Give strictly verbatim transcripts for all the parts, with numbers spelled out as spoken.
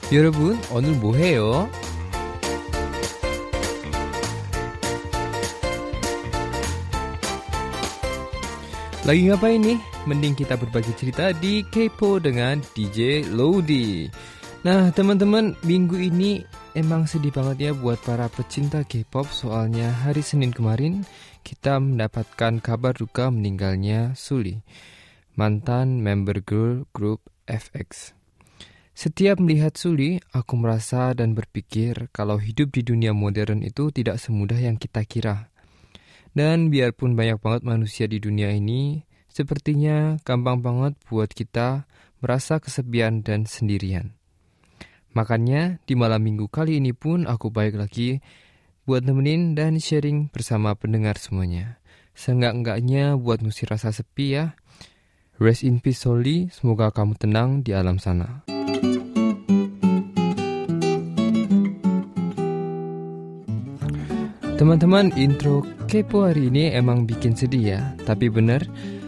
여러분, 오늘 뭐 해요? Lagi ngapain nih? Mending kita berbagi cerita di Kepo dengan D J Lodi. Nah, teman-teman, minggu ini emang sedih banget ya buat para pecinta K-pop. Soalnya hari Senin kemarin kita mendapatkan kabar duka meninggalnya Sulli, mantan member girl group F X. Setiap melihat Sulli, aku merasa dan berpikir kalau hidup di dunia modern itu tidak semudah yang kita kira. Dan biarpun banyak banget manusia di dunia ini, sepertinya gampang banget buat kita merasa kesepian dan sendirian. Makanya di malam minggu kali ini pun aku balik lagi buat nemenin dan sharing bersama pendengar semuanya. Seenggak-enggaknya buat ngusir rasa sepi ya. Rest in peace Sulli, semoga kamu tenang di alam sana. Teman-teman, intro Kepo hari ini emang bikin sedih ya. Tapi bener,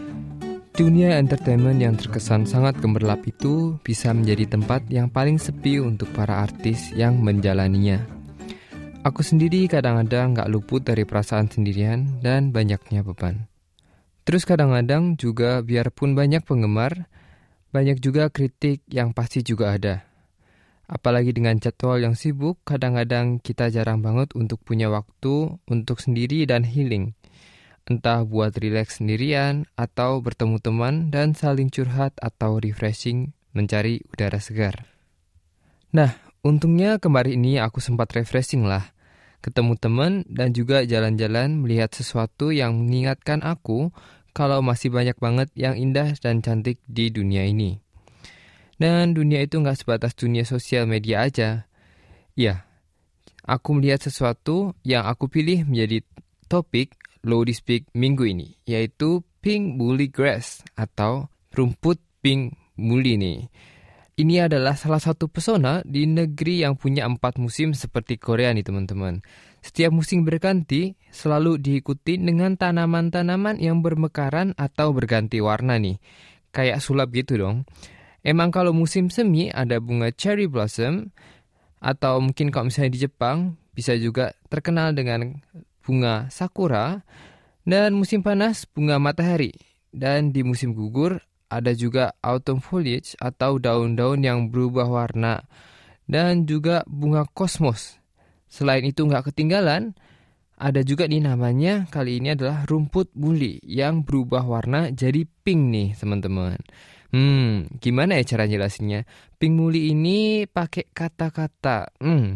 dunia entertainment yang terkesan sangat gemerlap itu bisa menjadi tempat yang paling sepi untuk para artis yang menjalaninya. Aku sendiri kadang-kadang gak luput dari perasaan sendirian dan banyaknya beban. Terus kadang-kadang juga biarpun banyak penggemar, banyak juga kritik yang pasti juga ada. Apalagi dengan jadwal yang sibuk, kadang-kadang kita jarang banget untuk punya waktu untuk sendiri dan healing. Entah buat rileks sendirian, atau bertemu teman dan saling curhat atau refreshing mencari udara segar. Nah, untungnya kemarin ini aku sempat refreshing lah. Ketemu teman dan juga jalan-jalan melihat sesuatu yang mengingatkan aku kalau masih banyak banget yang indah dan cantik di dunia ini. Dan dunia itu gak sebatas dunia sosial media aja. Ya, aku melihat sesuatu yang aku pilih menjadi topik Lodi Speak minggu ini, yaitu Pink Muly Grass atau rumput pink muli nih. Ini adalah salah satu pesona di negeri yang punya empat musim seperti Korea nih teman-teman. Setiap musim berganti selalu diikuti dengan tanaman-tanaman yang bermekaran atau berganti warna nih. Kayak sulap gitu dong. Emang kalau musim semi ada bunga cherry blossom, atau mungkin kalau misalnya di Jepang bisa juga terkenal dengan bunga sakura, dan musim panas bunga matahari, dan di musim gugur ada juga autumn foliage atau daun-daun yang berubah warna, dan juga bunga kosmos. Selain itu nggak ketinggalan, ada juga nih namanya kali ini adalah rumput muli yang berubah warna jadi pink nih teman-teman. Hmm, gimana ya cara jelasinnya? Pink muli ini pakai kata-kata. Hmm.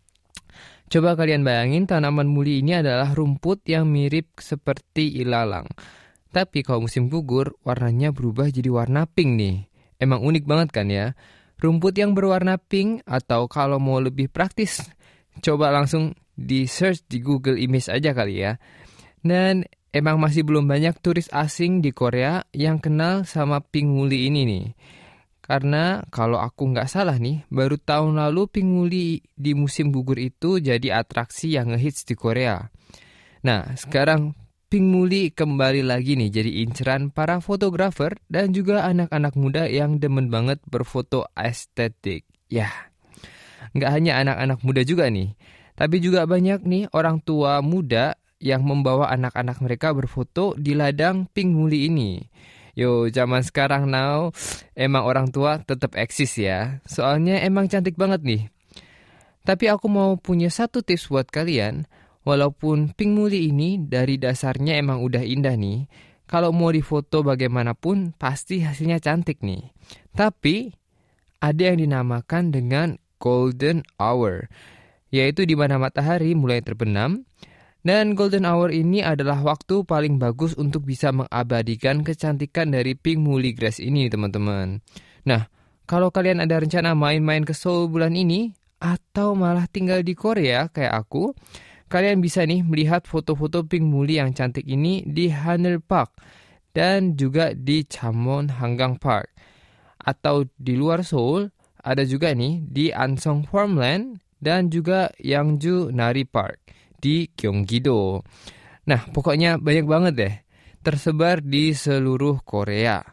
Coba kalian bayangin tanaman muli ini adalah rumput yang mirip seperti ilalang. Tapi kalau musim gugur, warnanya berubah jadi warna pink nih. Emang unik banget kan ya? Rumput yang berwarna pink, atau kalau mau lebih praktis, coba langsung di search di Google Image aja kali ya. Dan emang masih belum banyak turis asing di Korea yang kenal sama pink muli ini nih. Karena kalau aku nggak salah nih, baru tahun lalu pink muli di musim gugur itu jadi atraksi yang ngehits di Korea. Nah, sekarang pink muli kembali lagi nih jadi inceran para fotografer dan juga anak-anak muda yang demen banget berfoto estetik. Yah, nggak hanya anak-anak muda juga nih, tapi juga banyak nih orang tua muda yang membawa anak-anak mereka berfoto di ladang pink muli ini. Yo, zaman sekarang now, emang orang tua tetap eksis ya. Soalnya emang cantik banget nih. Tapi aku mau punya satu tips buat kalian. Walaupun pink muli ini dari dasarnya emang udah indah nih, kalau mau difoto bagaimanapun pasti hasilnya cantik nih. Tapi ada yang dinamakan dengan golden hour, yaitu di mana matahari mulai terbenam. Dan golden hour ini adalah waktu paling bagus untuk bisa mengabadikan kecantikan dari pink muly grass ini teman-teman. Nah, kalau kalian ada rencana main-main ke Seoul bulan ini, atau malah tinggal di Korea kayak aku, kalian bisa nih melihat foto-foto pink muly yang cantik ini di Haneul Park dan juga di Chamon Hanggang Park. Atau di luar Seoul, ada juga nih di Ansong Farmland dan juga Yangju Nari Park di Gyeonggi-do. Nah, pokoknya banyak banget deh, tersebar di seluruh Korea.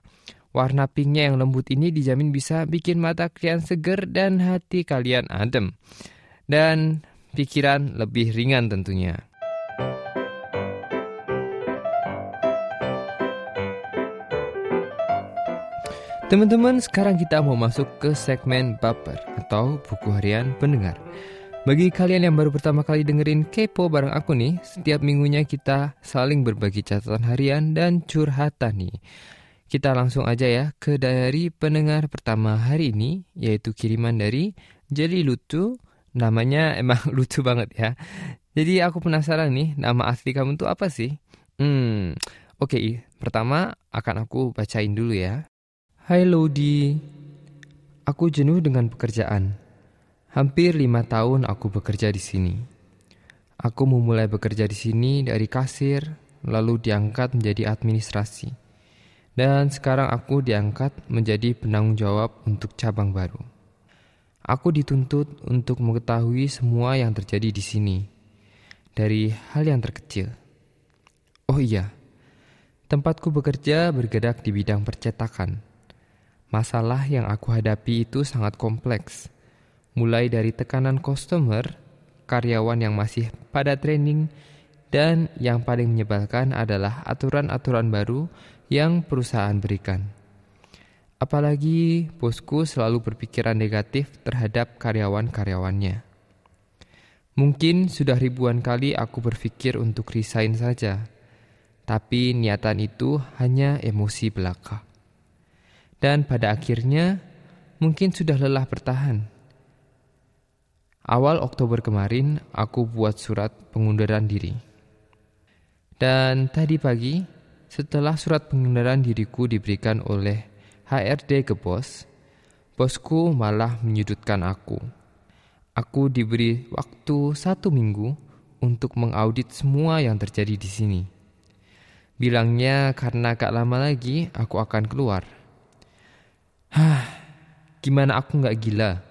Warna pinknya yang lembut ini dijamin bisa bikin mata kalian seger dan hati kalian adem. Dan pikiran lebih ringan tentunya. Teman-teman, sekarang kita mau masuk ke segmen Baper atau buku harian pendengar. Bagi kalian yang baru pertama kali dengerin Kepo bareng aku nih, setiap minggunya kita saling berbagi catatan harian dan curhatan nih. Kita langsung aja ya ke dari pendengar pertama hari ini, yaitu kiriman dari Jelly Lucu. Namanya emang lucu banget ya. Jadi aku penasaran nih, nama asli kamu tuh apa sih? Hmm, oke, okay, pertama akan aku bacain dulu ya. Hai Lodi, aku jenuh dengan pekerjaan. Hampir lima tahun aku bekerja di sini. Aku memulai bekerja di sini dari kasir, lalu diangkat menjadi administrasi. Dan sekarang aku diangkat menjadi penanggung jawab untuk cabang baru. Aku dituntut untuk mengetahui semua yang terjadi di sini, dari hal yang terkecil. Oh iya, tempatku bekerja bergerak di bidang percetakan. Masalah yang aku hadapi itu sangat kompleks, mulai dari tekanan customer, karyawan yang masih pada training, dan yang paling menyebalkan adalah aturan-aturan baru yang perusahaan berikan. Apalagi bosku selalu berpikiran negatif terhadap karyawan-karyawannya. Mungkin sudah ribuan kali aku berpikir untuk resign saja, tapi niatan itu hanya emosi belaka. Dan pada akhirnya, mungkin sudah lelah bertahan. Awal Oktober kemarin, aku buat surat pengunduran diri. Dan tadi pagi, setelah surat pengunduran diriku diberikan oleh H R D ke bos, bosku malah menyudutkan aku. Aku diberi waktu satu minggu untuk mengaudit semua yang terjadi di sini. Bilangnya karena gak lama lagi aku akan keluar. Hah, gimana aku gak gila?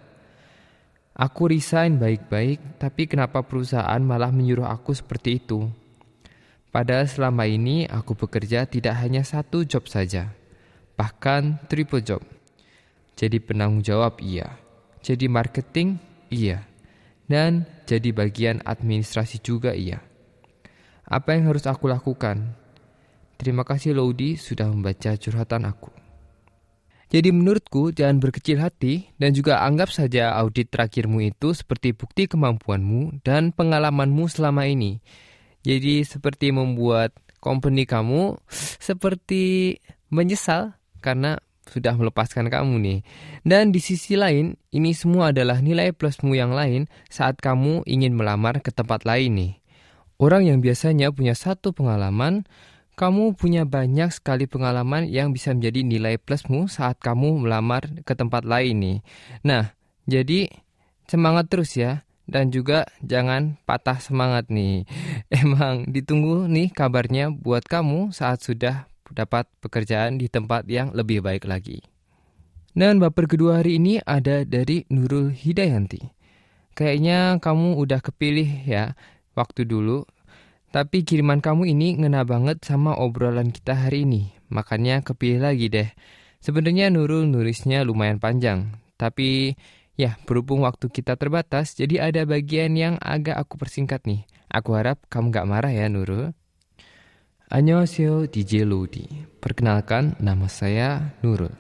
Aku resign baik-baik, tapi kenapa perusahaan malah menyuruh aku seperti itu? Padahal selama ini aku bekerja tidak hanya satu job saja, bahkan triple job. Jadi penanggung jawab iya, jadi marketing iya, dan jadi bagian administrasi juga iya. Apa yang harus aku lakukan? Terima kasih Lodi sudah membaca curhatan aku. Jadi menurutku jangan berkecil hati dan juga anggap saja audit terakhirmu itu seperti bukti kemampuanmu dan pengalamanmu selama ini. Jadi seperti membuat company kamu seperti menyesal karena sudah melepaskan kamu nih. Dan di sisi lain, ini semua adalah nilai plusmu yang lain saat kamu ingin melamar ke tempat lain nih. Orang yang biasanya punya satu pengalaman, kamu punya banyak sekali pengalaman yang bisa menjadi nilai plusmu saat kamu melamar ke tempat lain nih. Nah, jadi semangat terus ya. Dan juga jangan patah semangat nih. Emang ditunggu nih kabarnya buat kamu saat sudah dapat pekerjaan di tempat yang lebih baik lagi. Dan baper kedua hari ini ada dari Nurul Hidayanti. Kayaknya kamu udah kepilih ya waktu dulu. Tapi kiriman kamu ini ngena banget sama obrolan kita hari ini. Makanya kepilih lagi deh. Sebenarnya Nurul nulisnya lumayan panjang. Tapi ya berhubung waktu kita terbatas, jadi ada bagian yang agak aku persingkat nih. Aku harap kamu gak marah ya Nurul. Annyeonghaseyo D J Lodi. Perkenalkan, nama saya Nurul.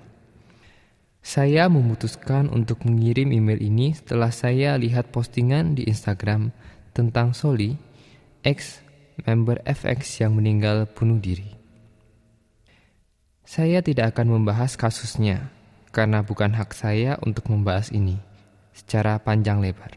Saya memutuskan untuk mengirim email ini setelah saya lihat postingan di Instagram tentang Soli, ex member F X yang meninggal bunuh diri. Saya tidak akan membahas kasusnya, karena bukan hak saya untuk membahas ini secara panjang lebar.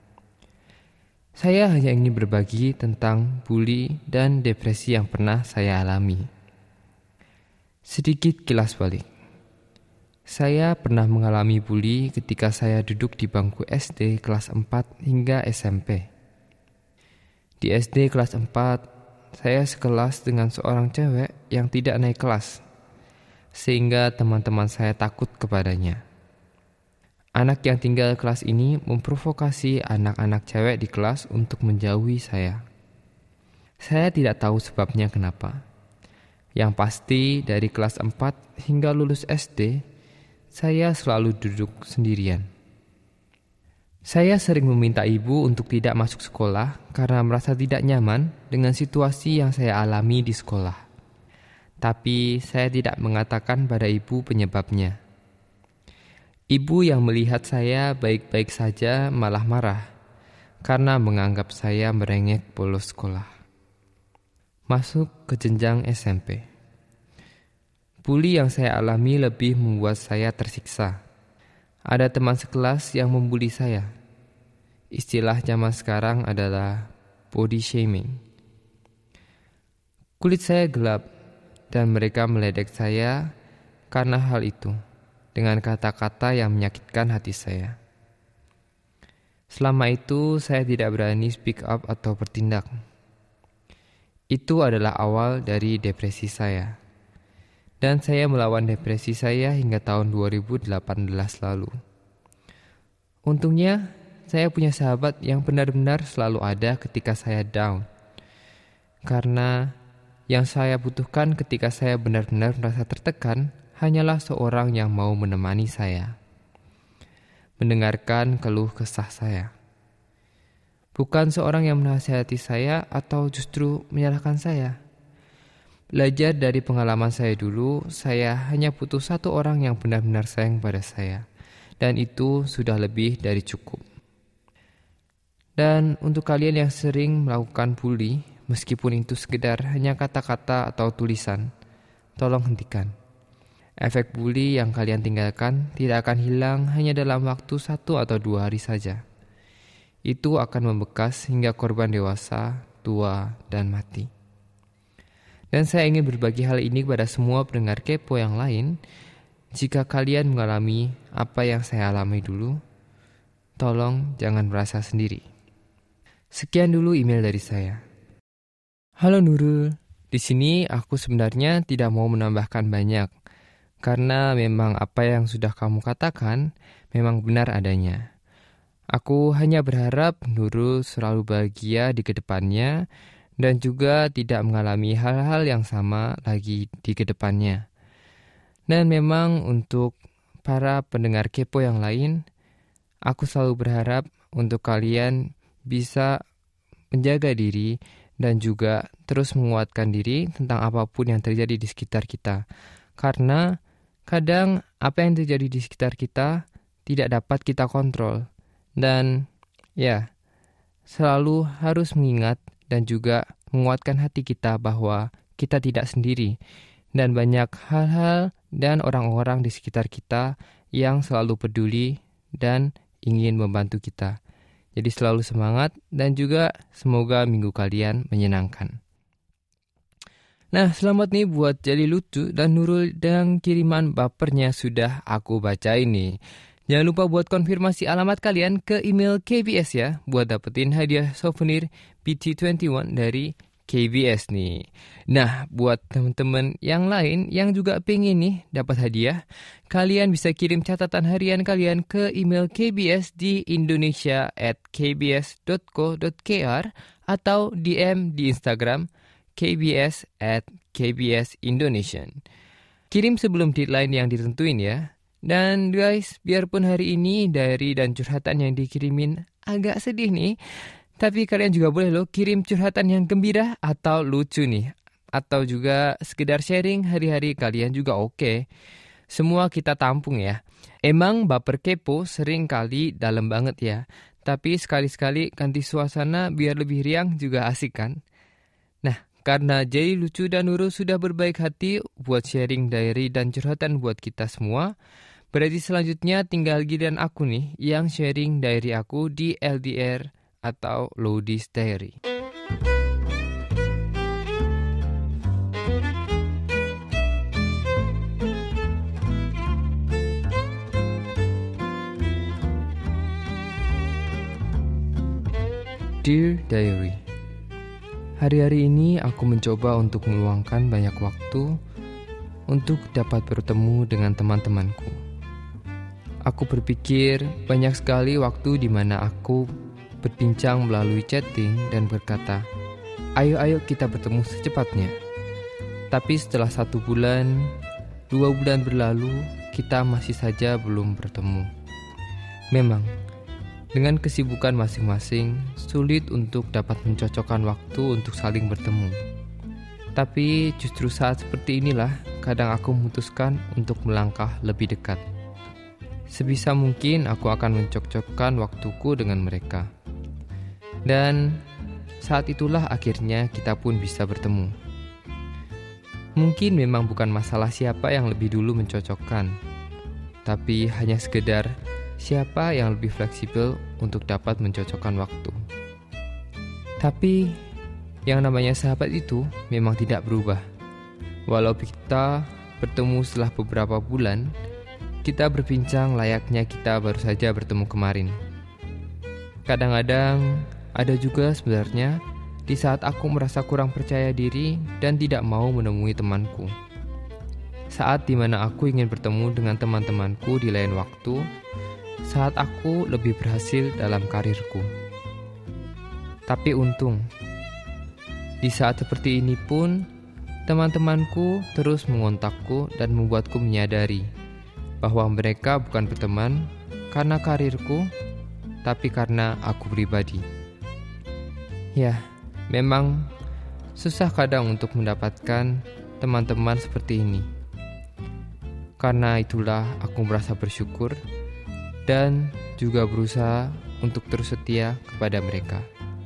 Saya hanya ingin berbagi tentang bully dan depresi yang pernah saya alami. Sedikit kilas balik. Saya pernah mengalami bully ketika saya duduk di bangku S D kelas empat hingga S M P. Di S D kelas empat, saya sekelas dengan seorang cewek yang tidak naik kelas, sehingga teman-teman saya takut kepadanya. Anak yang tinggal kelas ini memprovokasi anak-anak cewek di kelas untuk menjauhi saya. Saya tidak tahu sebabnya kenapa. Yang pasti dari kelas empat hingga lulus S D, saya selalu duduk sendirian. Saya sering meminta ibu untuk tidak masuk sekolah karena merasa tidak nyaman dengan situasi yang saya alami di sekolah. Tapi saya tidak mengatakan pada ibu penyebabnya. Ibu yang melihat saya baik-baik saja malah marah karena menganggap saya merengek bolos sekolah. Masuk ke jenjang S M P. Bully yang saya alami lebih membuat saya tersiksa. Ada teman sekelas yang membuli saya. Istilah zaman sekarang adalah body shaming. Kulit saya gelap dan mereka meledek saya karena hal itu dengan kata-kata yang menyakitkan hati saya. Selama itu saya tidak berani speak up atau bertindak. Itu adalah awal dari depresi saya. Dan saya melawan depresi saya hingga tahun dua ribu delapan belas lalu. Untungnya saya punya sahabat yang benar-benar selalu ada ketika saya down. Karena yang saya butuhkan ketika saya benar-benar merasa tertekan hanyalah seorang yang mau menemani saya, mendengarkan keluh kesah saya. Bukan seorang yang menasihati saya atau justru menyalahkan saya. Belajar dari pengalaman saya dulu, saya hanya butuh satu orang yang benar-benar sayang pada saya. Dan itu sudah lebih dari cukup. Dan untuk kalian yang sering melakukan bully, meskipun itu sekedar hanya kata-kata atau tulisan, tolong hentikan. Efek bully yang kalian tinggalkan tidak akan hilang hanya dalam waktu satu atau dua hari saja. Itu akan membekas hingga korban dewasa, tua, dan mati. Dan saya ingin berbagi hal ini kepada semua pendengar kepo yang lain. Jika kalian mengalami apa yang saya alami dulu, tolong jangan merasa sendiri. Sekian dulu email dari saya. Halo Nurul, di sini aku sebenarnya tidak mau menambahkan banyak. Karena memang apa yang sudah kamu katakan memang benar adanya. Aku hanya berharap Nurul selalu bahagia di kedepannya dan juga tidak mengalami hal-hal yang sama lagi di kedepannya. Dan memang untuk para pendengar kepo yang lain, aku selalu berharap untuk kalian bisa menjaga diri dan juga terus menguatkan diri tentang apapun yang terjadi di sekitar kita. Karena kadang apa yang terjadi di sekitar kita tidak dapat kita kontrol. Dan ya, selalu harus mengingat dan juga menguatkan hati kita bahwa kita tidak sendiri. Dan banyak hal-hal dan orang-orang di sekitar kita yang selalu peduli dan ingin membantu kita. Jadi selalu semangat dan juga semoga minggu kalian menyenangkan. Nah, selamat nih buat Jali Lucu dan Nurul dan kiriman bapernya sudah aku baca ini. Jangan lupa buat konfirmasi alamat kalian ke email K B S ya, buat dapetin hadiah souvenir B T dua puluh satu dari K B S nih. Nah, buat teman-teman yang lain yang juga pengen nih dapat hadiah, kalian bisa kirim catatan harian kalian ke email K B S di indonesia at k b s dot co dot k r atau D M di Instagram K B S at K B S Indonesia. Kirim sebelum deadline yang ditentuin ya. Dan guys, biarpun hari ini diary dan curhatan yang dikirimin agak sedih nih, tapi kalian juga boleh loh kirim curhatan yang gembira atau lucu nih. Atau juga sekedar sharing hari-hari kalian juga oke. Semua kita tampung ya. Emang baper kepo sering kali dalam banget ya. Tapi sekali-sekali ganti suasana biar lebih riang juga asik kan. Nah, karena Jali Lucu dan Nurul sudah berbaik hati buat sharing diary dan curhatan buat kita semua, berarti selanjutnya tinggal giliran aku nih yang sharing diary aku di L D R atau Lodi's Diary. Dear Diary, hari-hari ini aku mencoba untuk meluangkan banyak waktu untuk dapat bertemu dengan teman-temanku. Aku berpikir banyak sekali waktu di mana aku berbincang melalui chatting dan berkata, ayo-ayo kita bertemu secepatnya. Tapi setelah satu bulan, dua bulan berlalu, kita masih saja belum bertemu. Memang, dengan kesibukan masing-masing, sulit untuk dapat mencocokkan waktu untuk saling bertemu. Tapi justru saat seperti inilah, kadang aku memutuskan untuk melangkah lebih dekat. Sebisa mungkin aku akan mencocokkan waktuku dengan mereka. Dan saat itulah akhirnya kita pun bisa bertemu. Mungkin memang bukan masalah siapa yang lebih dulu mencocokkan, tapi hanya sekedar siapa yang lebih fleksibel untuk dapat mencocokkan waktu. Tapi yang namanya sahabat itu memang tidak berubah. Walau kita bertemu setelah beberapa bulan, kita berbincang layaknya kita baru saja bertemu kemarin. Kadang-kadang ada juga sebenarnya di saat aku merasa kurang percaya diri dan tidak mau menemui temanku. Saat dimana aku ingin bertemu dengan teman-temanku di lain waktu, saat aku lebih berhasil dalam karirku. Tapi untung, di saat seperti ini pun, teman-temanku terus mengontakku dan membuatku menyadari bahwa mereka bukan berteman karena karirku, tapi karena aku pribadi. Ya, memang susah kadang untuk mendapatkan teman-teman seperti ini. Karena itulah aku merasa bersyukur dan juga berusaha untuk terus setia kepada mereka.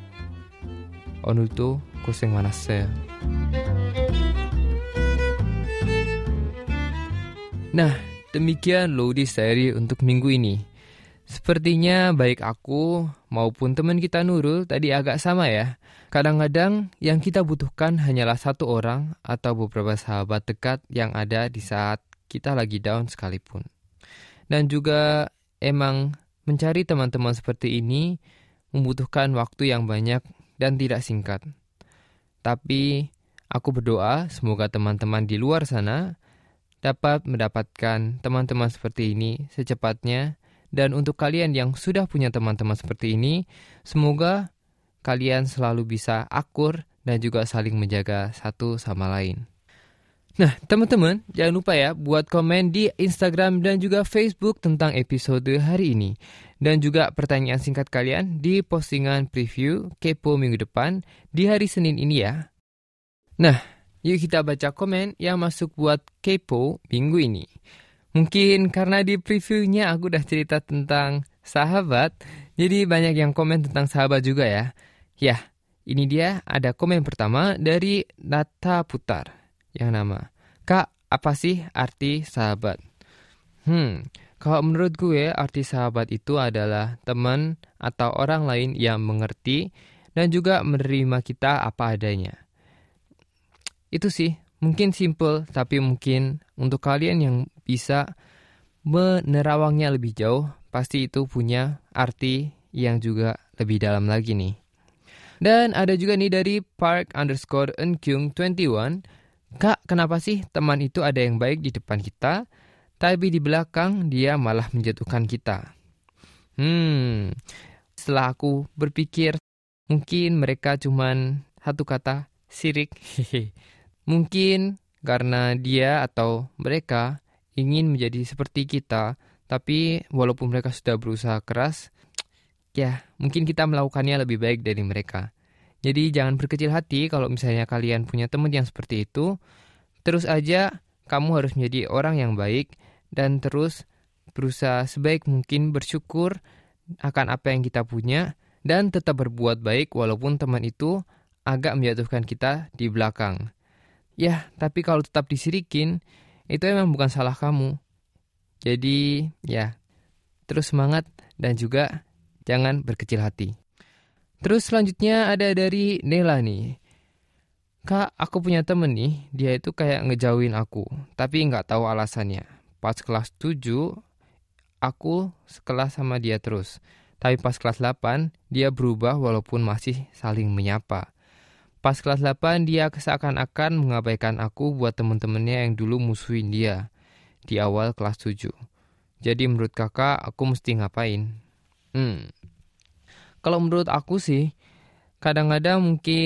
오늘도 고생 많았어요. Nah, demikian Lodies Diary untuk minggu ini. Sepertinya baik aku maupun teman kita Nurul tadi agak sama ya. Kadang-kadang yang kita butuhkan hanyalah satu orang atau beberapa sahabat dekat yang ada di saat kita lagi down sekalipun. Dan juga emang mencari teman-teman seperti ini membutuhkan waktu yang banyak dan tidak singkat. Tapi aku berdoa semoga teman-teman di luar sana dapat mendapatkan teman-teman seperti ini secepatnya. Dan untuk kalian yang sudah punya teman-teman seperti ini, semoga kalian selalu bisa akur dan juga saling menjaga satu sama lain. Nah, teman-teman, jangan lupa ya buat komen di Instagram dan juga Facebook tentang episode hari ini. Dan juga pertanyaan singkat kalian di postingan preview Kepo minggu depan di hari Senin ini ya. Nah, yuk kita baca komen yang masuk buat Kepo minggu ini. Mungkin karena di previewnya aku udah cerita tentang sahabat, jadi banyak yang komen tentang sahabat juga ya. Ya, ini dia ada komen pertama dari Nata Putar yang nama, Kak, apa sih arti sahabat? Hmm, kalau menurut gue arti sahabat itu adalah teman atau orang lain yang mengerti dan juga menerima kita apa adanya. Itu sih, mungkin simple, tapi mungkin untuk kalian yang bisa menerawangnya lebih jauh, pasti itu punya arti yang juga lebih dalam lagi nih. Dan ada juga nih dari Park underscore Enkyung dua puluh satu, Kak, kenapa sih teman itu ada yang baik di depan kita, tapi di belakang dia malah menjatuhkan kita? Hmm, setelah aku berpikir, mungkin mereka cuman satu kata, sirik. Mungkin karena dia atau mereka ingin menjadi seperti kita, tapi walaupun mereka sudah berusaha keras, ya mungkin kita melakukannya lebih baik dari mereka. Jadi jangan berkecil hati kalau misalnya kalian punya teman yang seperti itu. Terus aja kamu harus menjadi orang yang baik dan terus berusaha sebaik mungkin bersyukur akan apa yang kita punya dan tetap berbuat baik walaupun teman itu agak menjatuhkan kita di belakang. Ya, tapi kalau tetap disirikin, itu emang bukan salah kamu. Jadi, ya, terus semangat dan juga jangan berkecil hati. Terus selanjutnya ada dari Nela nih. Kak, aku punya temen nih, dia itu kayak ngejauhin aku, tapi nggak tahu alasannya. Pas kelas tujuh, aku sekelas sama dia terus. Tapi pas kelas delapan, dia berubah walaupun masih saling menyapa. Pas kelas delapan, dia seakan-akan mengabaikan aku buat temen-temennya yang dulu musuhin dia di awal kelas tujuh. Jadi menurut kakak, aku mesti ngapain? Hmm. Kalau menurut aku sih, kadang-kadang mungkin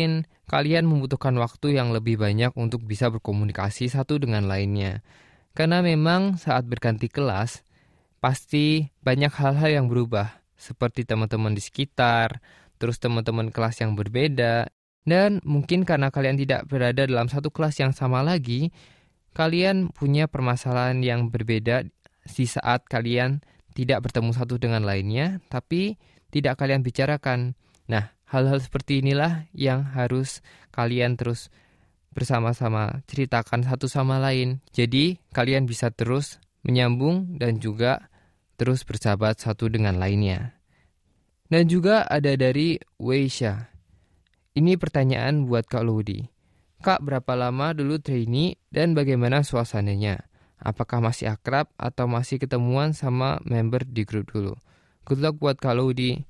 kalian membutuhkan waktu yang lebih banyak untuk bisa berkomunikasi satu dengan lainnya. Karena memang saat berganti kelas, pasti banyak hal-hal yang berubah, seperti teman-teman di sekitar, terus teman-teman kelas yang berbeda, dan mungkin karena kalian tidak berada dalam satu kelas yang sama lagi, kalian punya permasalahan yang berbeda di saat kalian tidak bertemu satu dengan lainnya, tapi tidak kalian bicarakan. Nah, hal-hal seperti inilah yang harus kalian terus bersama-sama ceritakan satu sama lain. Jadi, kalian bisa terus menyambung dan juga terus bersahabat satu dengan lainnya. Dan juga ada dari Weisha. Ini pertanyaan buat Kak Ludi. Kak, berapa lama dulu trainee dan bagaimana suasananya? Apakah masih akrab atau masih ketemuan sama member di grup dulu? Good luck buat Kak Ludi.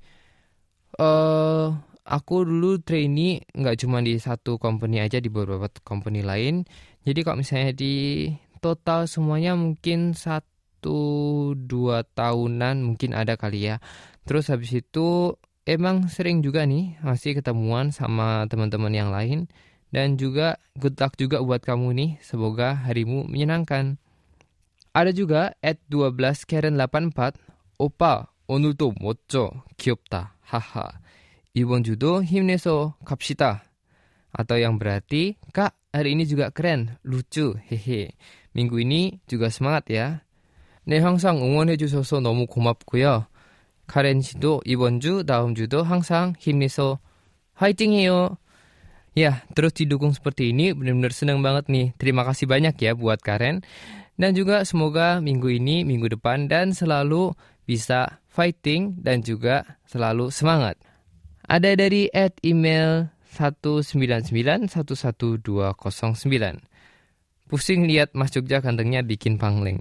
Uh, aku dulu trainee nggak cuma di satu company aja, di beberapa company lain. Jadi kalau misalnya di total semuanya mungkin satu dua tahunan mungkin ada kali ya. Terus habis itu emang sering juga nih masih ketemuan sama teman-teman yang lain. Dan juga good luck juga buat kamu nih. Semoga harimu menyenangkan. Ada juga at dua belas Karen delapan empat. Opa, 오늘도 멋져. 귀엽다. Haha. 이번 주도 힘내서 갑시다. Atau yang berarti, Kak, hari ini juga keren. Lucu. Hehe. Minggu ini juga semangat ya. 네, 항상 응원해주셔서 너무 고맙고요. 카렌 씨도 이번 주, 다음 주도 항상 힘내서 화이팅해요. Ya, terus didukung seperti ini, benar-benar senang banget nih. Terima kasih banyak ya buat Karen. Dan juga semoga minggu ini, minggu depan, dan selalu bisa fighting dan juga selalu semangat. Ada dari at email satu sembilan sembilan satu satu dua nol sembilan. Pusing lihat Mas Jogja gantengnya bikin pangling.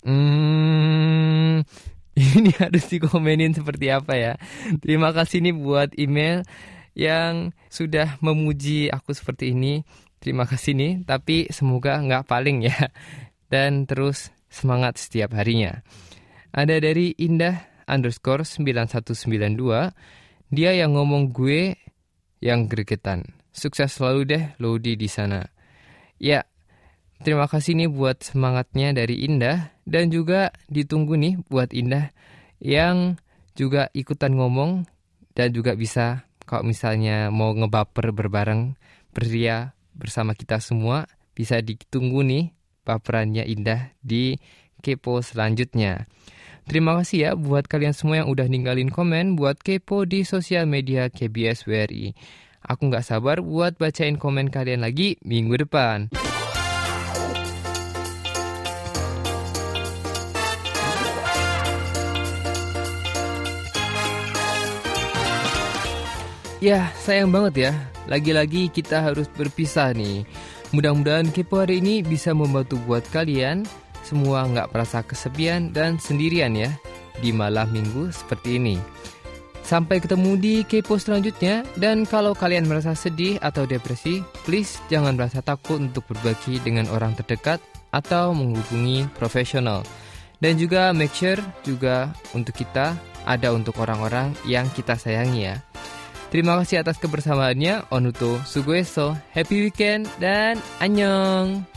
Hmm, ini harus dikomenin seperti apa ya. Terima kasih nih buat email yang sudah memuji aku seperti ini. Terima kasih nih, tapi semoga nggak paling ya. Dan terus semangat setiap harinya. Ada dari Indah underscore sembilan satu sembilan dua. Dia yang ngomong gue yang gregetan. Sukses selalu deh Lodi di sana. Ya, terima kasih nih buat semangatnya dari Indah. Dan juga ditunggu nih buat Indah yang juga ikutan ngomong. Dan juga bisa kalau misalnya mau ngebaper berbareng beria bersama kita semua, bisa ditunggu nih baperannya Indah di Kepo selanjutnya. Terima kasih ya buat kalian semua yang udah ninggalin komen buat Kepo di sosial media K B S W R I. Aku gak sabar buat bacain komen kalian lagi minggu depan. Ya, sayang banget ya. Lagi-lagi kita harus berpisah nih. Mudah-mudahan Kepo hari ini bisa membantu buat kalian semua nggak merasa kesepian dan sendirian ya di malam minggu seperti ini. Sampai ketemu di Kepo selanjutnya. Dan kalau kalian merasa sedih atau depresi, please jangan merasa takut untuk berbagi dengan orang terdekat atau menghubungi profesional. Dan juga make sure juga untuk kita ada untuk orang-orang yang kita sayangi ya. Terima kasih atas kebersamaannya. Onuto sugoeso. Happy weekend dan annyeong.